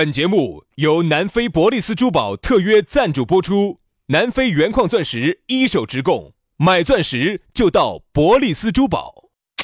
本节目由南非伯利斯珠宝特约赞助播出，南非原矿钻石一手直供，买钻石就到伯利斯珠宝。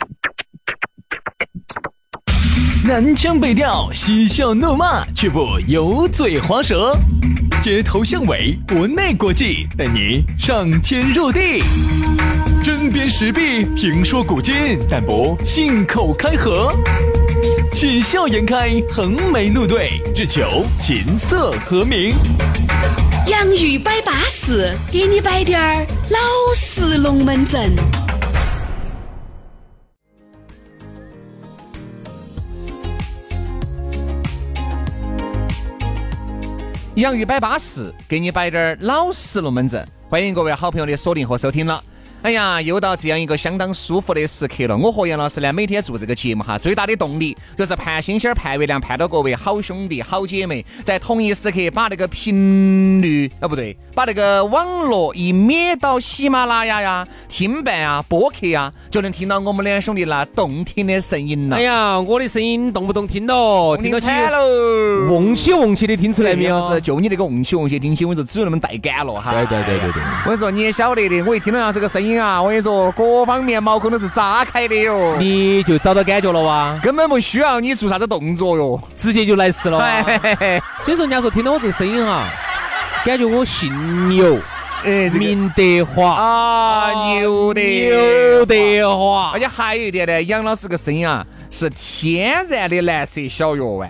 南腔北调，嬉笑怒骂，却不油嘴滑舌，街头巷尾，国内国际，带你上天入地。针砭时弊，评说古今，但不信口开河。喜笑颜开，横眉怒对，只求琴瑟和鸣。 洋芋摆巴士，给你摆点儿老式龙门阵。 洋芋摆巴士，给你摆点儿老式龙门阵。欢迎各位好朋友的锁定和收听了。哎呀，又到这样一个相当舒服的时刻了。我和杨老师呢，每天做这个节目哈，最大的动力就是盼星星盼月亮，盼到各位好兄弟好姐妹在同一时刻把那个频率把那个网络一灭到喜马拉雅呀、听伴啊、播客啊，就能听到我们两兄弟那动听的声音了。 哎呀，我的声音动不动听到听到起喽， 瓮起的听出来没有？ 是就你那个瓮起听起，我就只有那么带感了哈。 对。 我跟你说，你也晓得的，我一听到这个声音啊，我跟你说，各方面毛孔都是炸开的哟。 你就找到感觉了哇？ 根本不需要你做啥子动作哟， 直接就来事了。所以说，人家说听到我这个声音哈，感觉我姓牛，名德华啊，牛德华。而且还有一点呢，杨老师个声音啊，是天然的蓝色小药丸。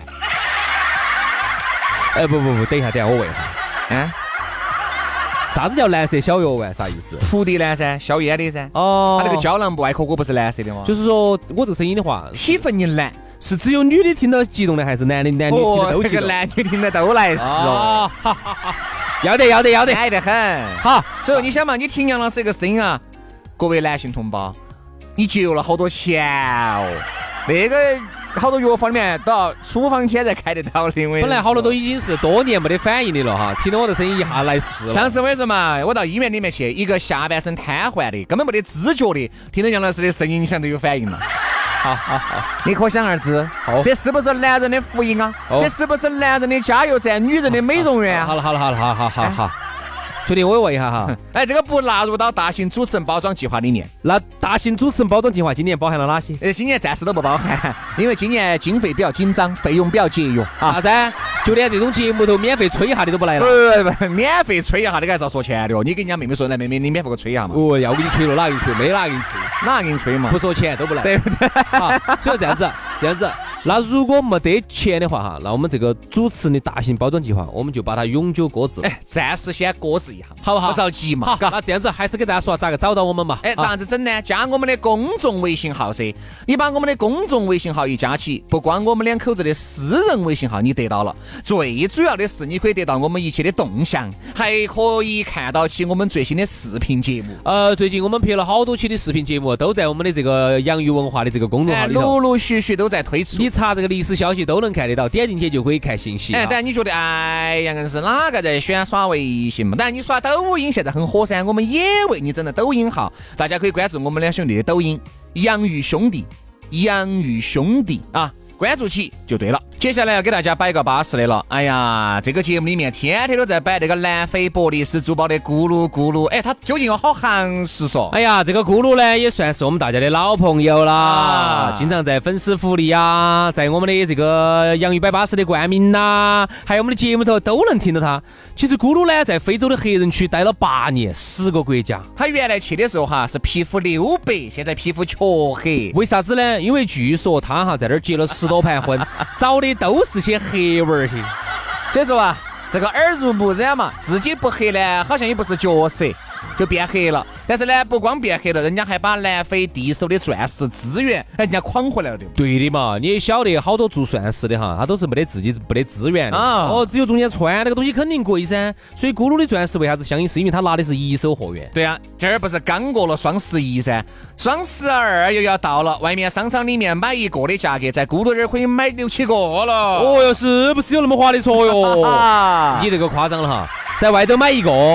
不，等一下，我问一下，啥子叫蓝色小药丸？啥意思？ 蒲地蓝噻，消炎的噻。 哦， 它那个胶囊外壳果不是蓝色的吗？ 就是说我这个声音的话， 体分一蓝， 是只有女的听到激动的，还是男女听得都激动？ 这个男女听得都来事哦。 要得， 爱得很。好，所以说你想嘛，你听杨老师这个声音啊，各位男性同胞，你节约了好多钱哦。那个好多药房里面都要处方签才开得到的。 本来好多都已经是多年没得反应的了哈，听到我的声音一下来事了。 上次我跟你说嘛，我到医院里面去，一个下半身瘫痪的，根本没得知觉的，听到杨老师的声音，你想都有反应了。好，你可想而知，这是不是男人的福音啊？这是不是男人的加油站，女人的美容院啊？ 好了。兄弟，我问一下哈， 这个不纳入到大型主持人包装计划里面。 那大型主持人包装计划今年包含了哪些？ 今年暂时都不包含，因为今年经费比较紧张，费用比较节约啊。啥子？就连这种节目头免费吹一下的都不来了？ 不，免费吹一下，你还是要说钱的哦。你跟人家妹妹说，来妹妹，你免费给我吹一下嘛？ 要给你吹了，哪给你吹？没哪给你吹？ 哪给你吹嘛？ 不说钱都不来， 对不对？ 所以这样子。那如果没得钱的话哈，那我们这个主持人的大型包装计划，我们就把它永久搁置。 暂时先搁置一下， 好不好？ 不着急嘛。 好，那这样子还是给大家说咋个找到我们嘛？ 咋样子整呢？加我们的公众微信号噻。你把我们的公众微信号一加起，不光我们两口子的私人微信号你得到了，最主要的是你可以得到我们一切的动向，还可以看到起我们最新的视频节目。 最近我们拍了好多期的视频节目，都在我们的这个洋芋文化的这个公众号里头， 陆陆续续都在推出。 你查这个历史消息都能看得到，点进去就可以看信息。 但你觉得硬是哪个在选耍微信嘛？当然你刷抖音现在很火噻，我们也为你整了抖音号，大家可以关注我们两兄弟的抖音洋芋兄弟啊，关注起就对了。接下来要给大家摆个巴适的了。哎呀，这个节目里面天天都在摆那个南非伯利斯珠宝的咕噜，它究竟有好行实说？ 哎呀，这个咕噜呢也算是我们大家的老朋友啦，经常在粉丝福利啊，在我们的这个洋芋摆巴士的冠名呐，还有我们的节目头都能听到它。其实咕噜呢在非洲的黑人区待了8年，10个国家。 他原来去的时候哈是皮肤溜白，现在皮肤黢黑。 为啥子呢？因为据说他哈在这儿结了10多盘婚，找的都是些黑娃儿些。 所以说啊，这个耳濡目染嘛，自己不黑呢，好像也不是角色，就变黑了。但是呢，不光变黑了，人家还把南非地首的钻石资源人家诓回来了的。 对的嘛，你也晓得好多做钻石的哈，他都是没得资源的啊。只有中间穿那个东西肯定贵噻。所以咕噜的钻石为啥子香？是因为他拿的是一手货源。 对啊，这儿不是刚过了双11噻，双12又要到了，外面商场里面买一个的价格，在咕噜这儿可以买6-7个了。 哦哟，是不是有那么划得着哟？你这个夸张了哈，在外头买一个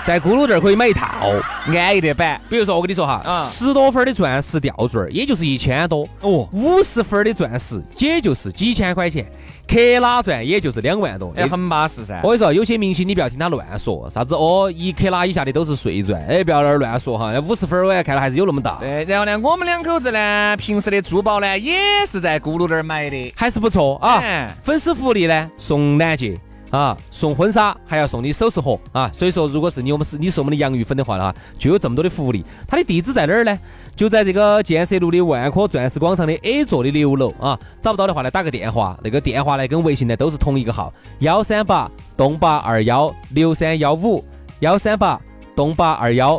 在咕噜这儿可以买一套， 安逸的板。 比如说我跟你说哈，10多分的钻石吊坠也就是1000多哦 ，50分的钻石也就是几千块钱，克拉钻也就是2万多， 很巴适噻。 我跟你说，有些明星你不要听他乱说，啥子1克拉以下的都是碎钻，不要那儿乱说哈。那50分我看了还是有那么大。 对，然后呢，我们2口子呢，平时的珠宝呢，也是在咕噜这儿买的， 还是不错啊。粉丝福利呢，送钻戒啊，送婚纱，还要送你首饰盒啊。所以说，如果是你是我们的洋芋粉的话呢，就有这么多的福利。它的地址在哪儿呢？就在这个建设路的万科钻石广场的 A 座的6楼啊。找不到的话呢，打个电话，那个电话呢跟微信呢都是同一个号，138东821 6315，138东821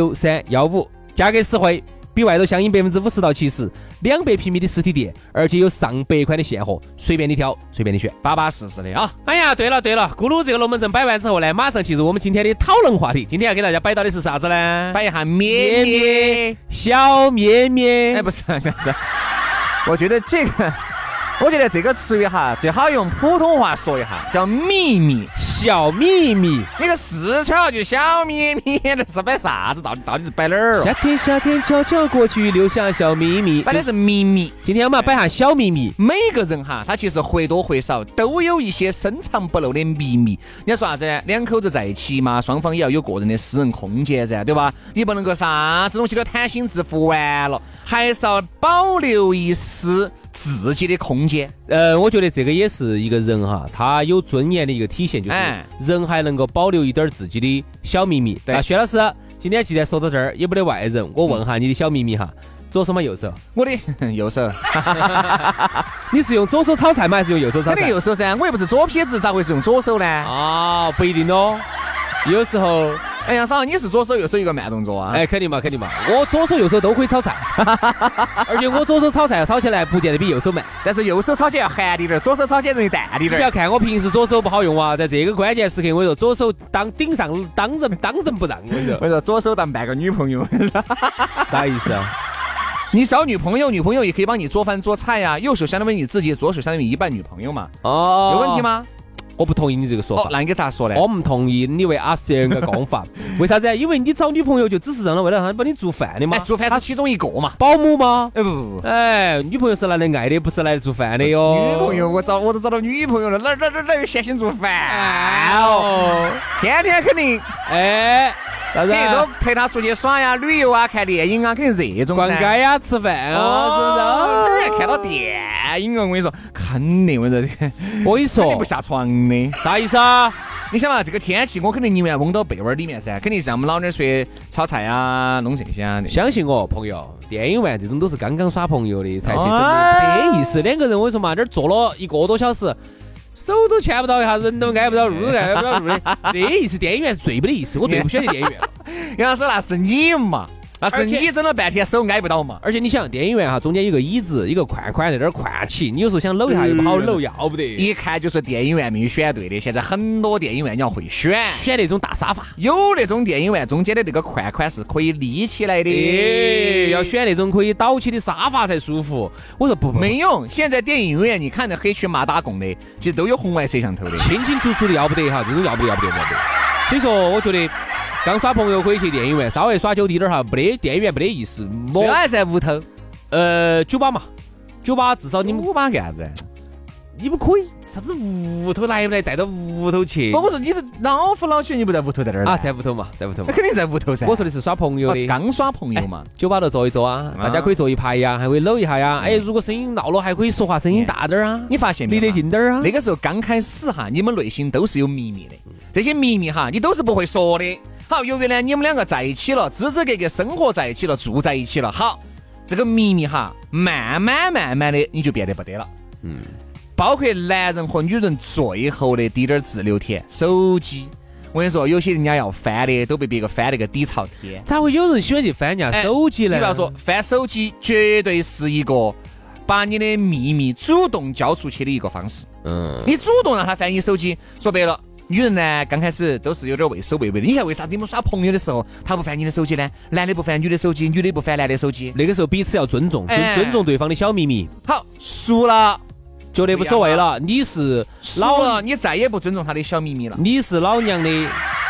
6315，价格实惠。比外头相应50%到70%，200平米的实体店，而且有上百款的现货，随便你挑，随便你选， 巴巴适适的啊！ 哎呀，对了，咕噜这个龙门阵摆完之后呢，马上进入我们今天的讨论话题。今天要给大家摆到的是啥子呢？ 摆一下咩咩小咩咩。 哎，不是，我觉得这个词语哈，最好用普通话说一下，叫秘密， 小秘密。 那个4巧就小秘密，那是摆啥子？到底是摆哪儿了？ 夏天悄悄过去，留下小秘密。 摆的是秘密。 今天我们要摆下小秘密。 每个人哈，他其实或多或少都有一些深藏不露的秘密。你要说啥子呢？2口子在一起嘛，双方也要有个人的私人空间噻，对吧？你不能够啥子东西都贪心自负完了，还是要保留一丝自己的空间。 我觉得这个也是一个人哈，他有尊严的一个体现，就是人还能够保留一点自己的小秘密。对，薛老师，今天既然说到这儿，也没得外人，我问下你的小秘密哈，左手吗？右手？ 我的右手。 你是用左手炒菜吗？还是用右手炒菜？ 肯定右手噻，我又不是左撇子，咋会是用左手呢？ 啊，不一定哦，有时候。 哎呀，嫂，你是左手右手一个慢动作啊？ 哎，肯定嘛，我左手右手都可以炒菜，而且我左手炒菜炒起来不见得比右手慢， 但是右手炒起来要咸一点，左手炒起来容易淡一点。 不要看我平时左手不好用啊，在这个关键时刻，我说左手当顶上当仁不让， 我说左手当半个女朋友， 啥意思啊？ 你找女朋友也可以帮你做饭做菜呀，右手相当于你自己，左手相当于一半女朋友嘛。 哦， 有问题吗？ 我不同意你这个说法。 那你给咋说呢？ 我不同意你为阿斯的讲法。为啥子？因为你找女朋友就只是让她为了她帮你做饭的嘛。 做饭是其中一个嘛。 保姆吗？ 不。 女朋友是来的爱的，不是来做饭的哟。 女朋友我都找到女朋友了，哪有闲心做饭哦？天天肯定肯定都陪他出去耍呀、旅游啊、看电影啊，肯定这种逛街呀、吃饭啊， 是不是？看到电影啊，我跟你说，肯定我跟你说不下床的， 啥意思啊？ 你想嘛，这个天气我肯定宁愿蒙到被窝里面噻，肯定是让我们老娘睡炒菜啊、弄这些啊。 相信我，朋友，电影院这种都是刚刚耍朋友的才是真的没意思。2个人我跟你说嘛，这儿坐了1个多小时。手都牵不到一下，人都挨不到，路都挨不到路的，这意思电影院是最没得意思，我最不喜欢电影院了。 杨老师，那是你嘛？那是你整了半天手挨不到嘛？ 而且你想，电影院哈中间有个椅子，一个框在那儿框起，你有时候想搂一下又不好搂，要不得。 一看就是电影院没有选对的。现在很多电影院你要会选那种大沙发， 有那种电影院中间的那个框是可以立起来的， 要选那种可以倒起的沙发才舒服。我说不没用，现在电影院你看的黑黢麻打拱的，其实都有红外摄像头的， 清清楚楚的，要不得哈，这种要不得。所以说，我觉得。刚耍朋友可以去电影院，稍微耍久滴点哈，没得电影院没得意思。 主要还是在屋头， 酒吧嘛，酒吧至少你们屋吧干啥子？ 你们可以啥子屋头来不来带到屋头去？ 我说你是老夫老妻，你不在屋头在哪儿啊？在屋头嘛，在屋头嘛。 那肯定在屋头噻。 我说的是耍朋友的， 刚耍朋友嘛。 酒吧头坐一坐啊，大家可以坐一排呀，还可以搂一下呀。如果声音闹了，还可以说话声音大点啊。 你发现没有？ 离得近点啊。 那个时候刚开始哈，你们内心都是有秘密的，这些秘密哈，你都是不会说的。好，由于呢你们2个在一起了，支支格格生活在一起了，住在一起了，好，这个秘密哈，慢慢的你就变得不得了。包括男人和女人最后的滴点自留田，手机。我跟你说，有些人家要翻的都被别个翻了个底朝天。 咋会有人喜欢去翻人家手机呢？ 你不要说翻手机，绝对是一个把你的秘密主动交出去的一个方式。你主动让他翻你手机，说白了。女人呢，刚开始都是有点畏首畏尾的。你看为啥你们耍朋友的时候，他不翻你的手机呢？男的不翻女的手机，女的不翻男的手机。 那个时候彼此要尊重，尊重对方的小秘密。 好，熟了， 觉得无所谓了。你是老了，你再也不尊重他的小秘密了。 你是老娘的，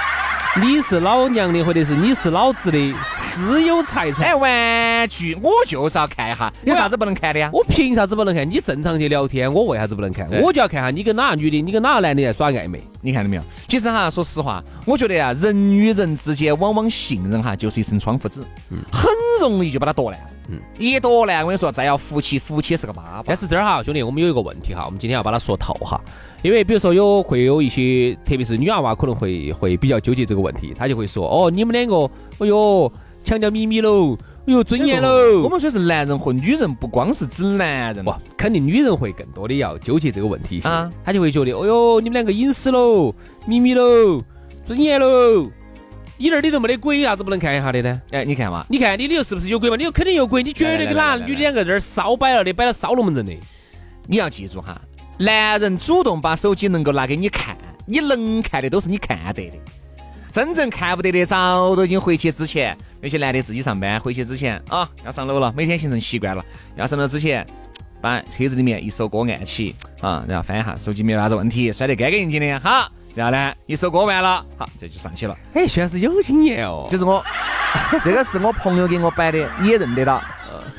你是老娘的，或者是你是老子的私有财产。 哎，玩具我就是要看一下，有啥子不能看的呀？ 我凭啥子不能看？你正常去聊天，我为啥子不能看？我就要看下你跟哪个女的，你跟哪个男的在耍暧昧。 你看到没有？其实哈，说实话，我觉得呀，人与人之间往往信任哈，就是一层窗户纸，很容易就把它夺烂。一夺烂，我跟你说，再要夫妻是个爸爸。 但是这儿哈，兄弟，我们有一个问题哈，我们今天要把它说透哈。因为比如说会有一些，特别是女娃娃可能会比较纠结这个问题，她就会说，哦，你们两个，哎呦，强调秘密喽，哎呦，尊严喽。 我们说是男人和女人，不光是指男人， 哇，肯定女人会更多的要纠结这个问题啊，她就会觉得，哦哟，你们两个隐私喽，秘密喽，尊严喽。你那儿里头没得鬼，啥子不能看一下的呢？ 哎，你看嘛， 你看你里头是不是有鬼嘛？你肯定有鬼，你绝对跟哪女的两个在这儿烧摆了的，摆到烧龙门阵的。 你要记住哈，男人主动把手机能够拿给你看，你能看的都是你看得的，真正看不得的，早都已经回去之前，有些男的自己上班，回去之前啊，要上楼了，每天形成习惯了，要上楼之前，把车子里面一首歌按起啊，然后翻一下手机没有啥子问题，摔得干干净净的，好。然后呢，一首歌完了，好，这就上去了。 哎，现在是有经验哦。 就是我，这个是我朋友给我摆的，你也认得到。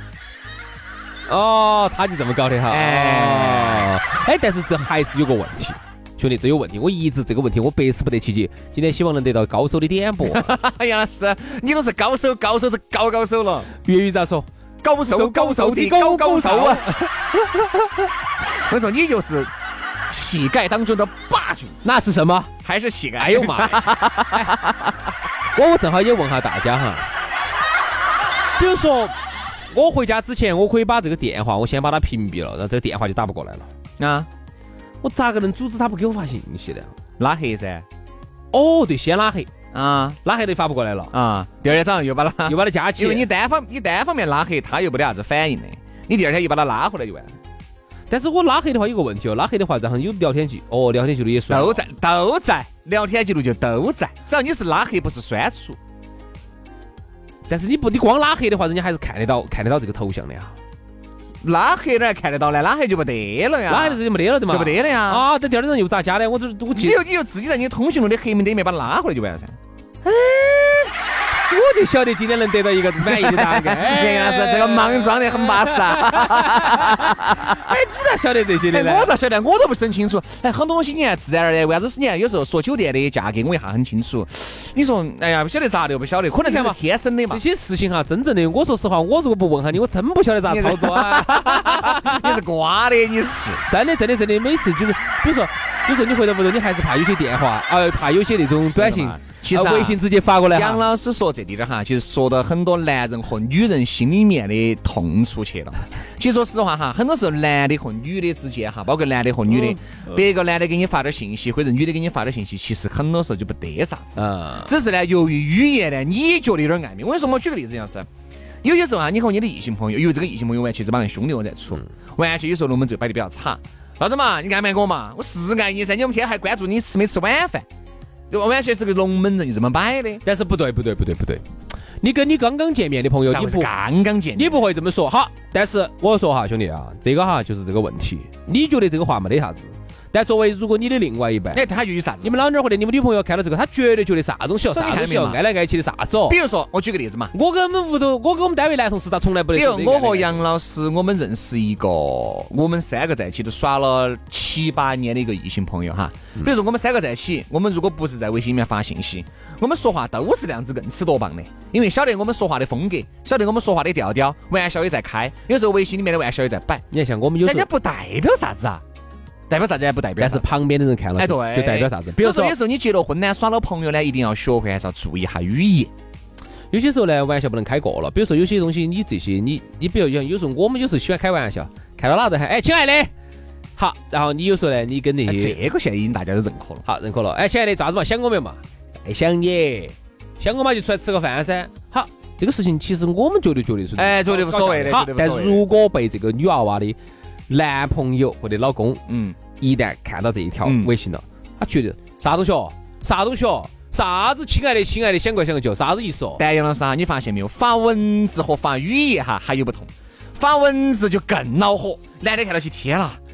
哦，他就这么搞的哈。哎，但是这还是有个问题，兄弟，这有问题。我一直这个问题我百思不得其解。今天希望能得到高手的点拨。 杨老师，你都是高手，高手是高手了。 粤语咋说？ 高手的高手啊！我说你就是。乞丐当中的霸主， 那是什么？ 还是乞丐？ 哎呦妈！我正好也问下大家哈，比如说我回家之前，我可以把这个电话我先把它屏蔽了，然后这个电话就打不过来了啊！我咋个能阻止他不给我发信息的？ 拉黑噻！ 哦，对，先拉黑啊， 拉黑的发不过来了啊！第二天早上又把它加起， 因为你单方面拉黑，他又没得啥子反应的，你第二天又把它拉回来就完了。 但是我拉黑的话有个问题哦，拉黑的话然后有聊天记哦，聊天记录也算都在聊天记录就都在，只要你是拉黑不是删除。 但是你光拉黑的话，人家还是看得到这个头像的呀。 拉黑哪看得到呢？拉黑就没得了呀， 拉黑就没得了对吗？ 就没得了呀。 啊，但第二天又咋加呢？我记得你就自己在你通讯录的黑名单里面把它拉回来就完了噻。 我就晓得今天能得到一个满意的答案。 原来是这个莽撞的很巴适啊！ 哎，你咋晓得这些的呢？ 我咋晓得？我都不是很清楚。哎，很多东西你看自然而然，为啥子你看有时候说酒店的价格我一下很清楚。你说，哎呀，不晓得咋的，不晓得，可能这是天生的嘛。 这些事情哈，真正的，我说实话，我如果不问下你，我真不晓得咋操作啊。 你是瓜的，你是真的，每次就比如说有时候你回到屋头，你还是怕有些电话，怕有些那种短信。其实微信直接发过来。 杨老师说这里的哈，其实说到很多男人和女人心里面的痛处去了。其实说实话哈，很多时候男的和女的之间哈，包括男的和女的，别个男的给你发点信息，或者女的给你发点信息，其实很多时候就不得啥子。只是呢，由于语言呢，你觉得有点暧昧。我跟你说，我举个例子，杨老师，有些时候啊，你和你的异性朋友，因为这个异性朋友完全是把人兄弟我在处，完全有时候龙门阵摆的比较差。老子嘛，你爱不爱我嘛？我是爱你噻，你们天还关注你吃没吃晚饭。完全是个龙门阵就这么摆的， 但是不对，你跟你刚刚见面的朋友，你不刚刚见面， 你不会这么说好。但是我说哈，兄弟啊，这个哈就是这个问题，你觉得这个话没得啥子，但作为如果你的另外一半， 哎，他就有啥子？ 你们老娘或者你们女朋友看到这个，他绝对觉得啥东西哦，啥东西哦，爱来爱去的啥子哦。 比如说，我举个例子嘛， 我跟我们屋头，我跟我们单位男同事，他从来不得。 比如我和杨老师，我们认识一个，我们三个在一起都耍了7、8年的一个异性朋友哈。比如说我们3个在一起，我们如果不是在微信里面发信息，我们说话都是那样子硬吃多棒的，因为晓得我们说话的风格，晓得我们说话的调调，玩笑也在开，有时候微信里面的玩笑也在摆。 你看像我们有时候， 人家不代表啥子啊。代表啥子？不代表， 但是旁边的人看了，哎，对，就代表啥子？比如说， 有时候你结了婚呢，耍了朋友呢，一定要学会还是要注意一下语言。 有些时候呢，玩笑不能开过了。比如说，有些东西你这些，你比如有时候我们有时候喜欢开玩笑，看到哪子还哎，亲爱的，好，然后你有时候呢，你跟那些这个现在已经大家都认可了， 好，认可了。哎，亲爱的，咋子嘛？想我没有嘛？哎，想你，想我嘛就出来吃个饭噻。好，这个事情其实我们觉得是哎，绝对无所谓的。 好，但如果被这个女娃娃的男朋友或者老公，一旦看到这一条微信了，他觉得啥东西哦，啥东西哦，啥子亲爱的亲爱的，想过就啥子意思哦？ 但杨老师啊，你发现没有，发文字和发语言哈还有不同，发文字就更恼火，男的看到起天啦，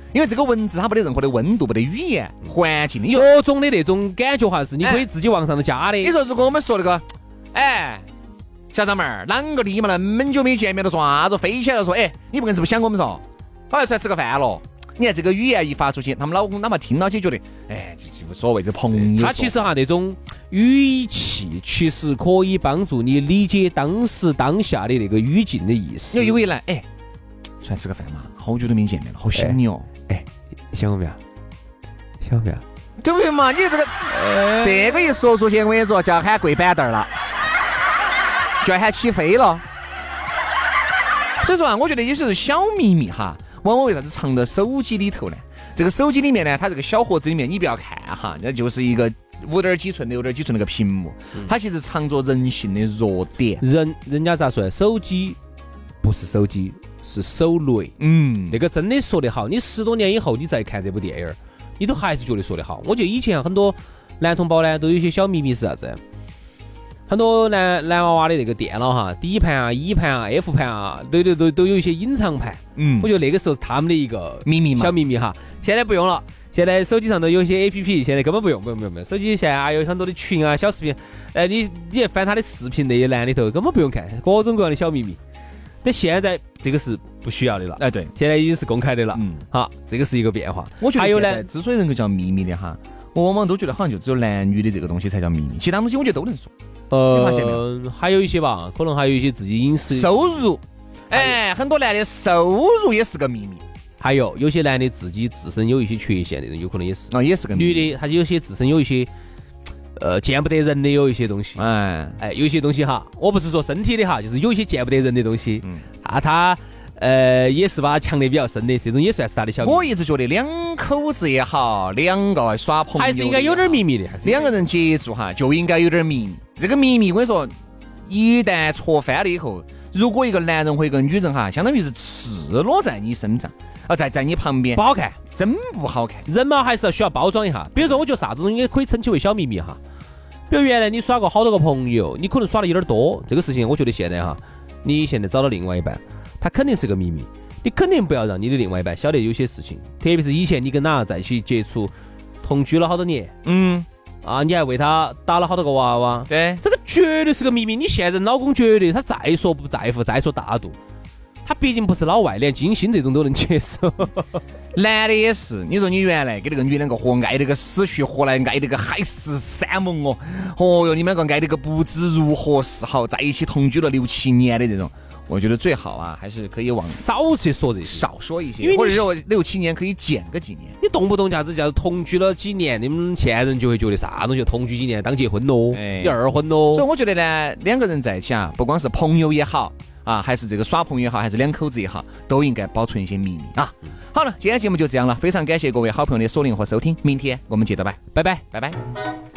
因为这个文字它没得任何的温度，没得语言环境， 各种的那种感觉哈，是你可以自己往上头加的。 你说如果我们说那个，哎，小张妹儿，啷个的嘛？那么久没见面了，说啥子飞起来了？说，哎，你不硬是不想我们说，好，出来吃个饭了。你看这个语言一发出去，他们老公哪怕听到起觉得，哎，这无所谓，这朋友。 他其实哈那种语气，其实可以帮助你理解当时当下的那个语境的意思。 你以为呢？哎，出来吃个饭嘛，好久都没见面了，好想你哦。 哎，想我没有？想我没有？ 对不对嘛？你这个这个一说出去，我跟你说，就要喊跪板凳了，就要喊起飞了。所以说啊，我觉得有些是小秘密哈。往往为啥子藏到手机里头呢？这个手机里面呢，它这个小盒子里面，你不要看哈，那就是一个5点几寸、6点几寸那个屏幕，它其实藏着人性的弱点。 人家咋说？手机不是手机，是手雷。那个真的说得好。你10多年以后，你再看这部电影，你都还是觉得说得好。我觉得以前很多男同胞呢，都有一些小秘密是啥子？很多男娃娃的那个电脑哈，底盘啊、E 盘啊、F 盘啊，都有一些隐藏盘。我觉得那个时候是他们的一个秘密嘛， 小秘密哈。现在不用了，现在手机上都有一些 APP， 现在根本不用。手机现在还有很多的群啊、小视频。你翻他的视频那一栏里头，根本不用看，各种各样的小秘密。但现在这个是不需要的了。 哎，对， 现在已经是公开的了。好，这个是一个变化。 我觉得还有呢，之所以能够叫秘密的哈，我往往都觉得好像就只有男女的这个东西才叫秘密，其他东西我觉得都能说。 还有一些吧，可能还有一些自己隐私收入，哎，很多男的收入也是个秘密。 还有些男的自己自身有一些缺陷，那种有可能也是也是个秘密。 女的，她有些自身有一些见不得人的有一些东西，有一些东西哈，我不是说身体的哈，就是有一些见不得人的东西，他也是把它藏得比较深的，这种也算是他的小秘密。 我一直觉得两口子也好，两个耍朋友还是应该有点秘密的， 两个人接触哈就应该有点秘密。这个秘密我跟你说，一旦戳翻了以后，如果一个男人或一个女人哈，相当于是赤裸在你身上，在你旁边， 不好看， 真不好看。 人嘛还是要需要包装一下。比如说，我觉得啥子东西也可以称其为小秘密哈。比如原来你耍过好多个朋友，你可能耍的有点多，这个事情我觉得现在哈，你现在找到另外一半，他肯定是个秘密，你肯定不要让你的另外一半晓得有些事情，特别是以前你跟哪在一起接触，同居了好多年，你还为他打了好多个娃娃， 对， 这个绝对是个秘密。你现在老公绝对他再说不在乎，再说大度，他毕竟不是老外，连金星这种都能接受。 男的也是，你说你原来跟那个女两个爱那个死去活来，爱那个海誓山盟哦哟，你们两个爱那个不知如何是好，在一起同居了6、7年的这种。我觉得最好啊，还是可以少去说这些， 少说一些，因为或者是我6、7年可以减个几年。 你动不动叫同居了几年，你们前人就会觉得啥东西同居几年当结婚咯，你二婚咯。 所以我觉得呢，两个人在一起啊，不光是朋友也好啊，还是这个耍朋友也好，还是两口子也好，都应该保存一些秘密啊。好了，今天节目就这样了，非常感谢各位好朋友的锁定和收听，明天我们接着拜，拜拜。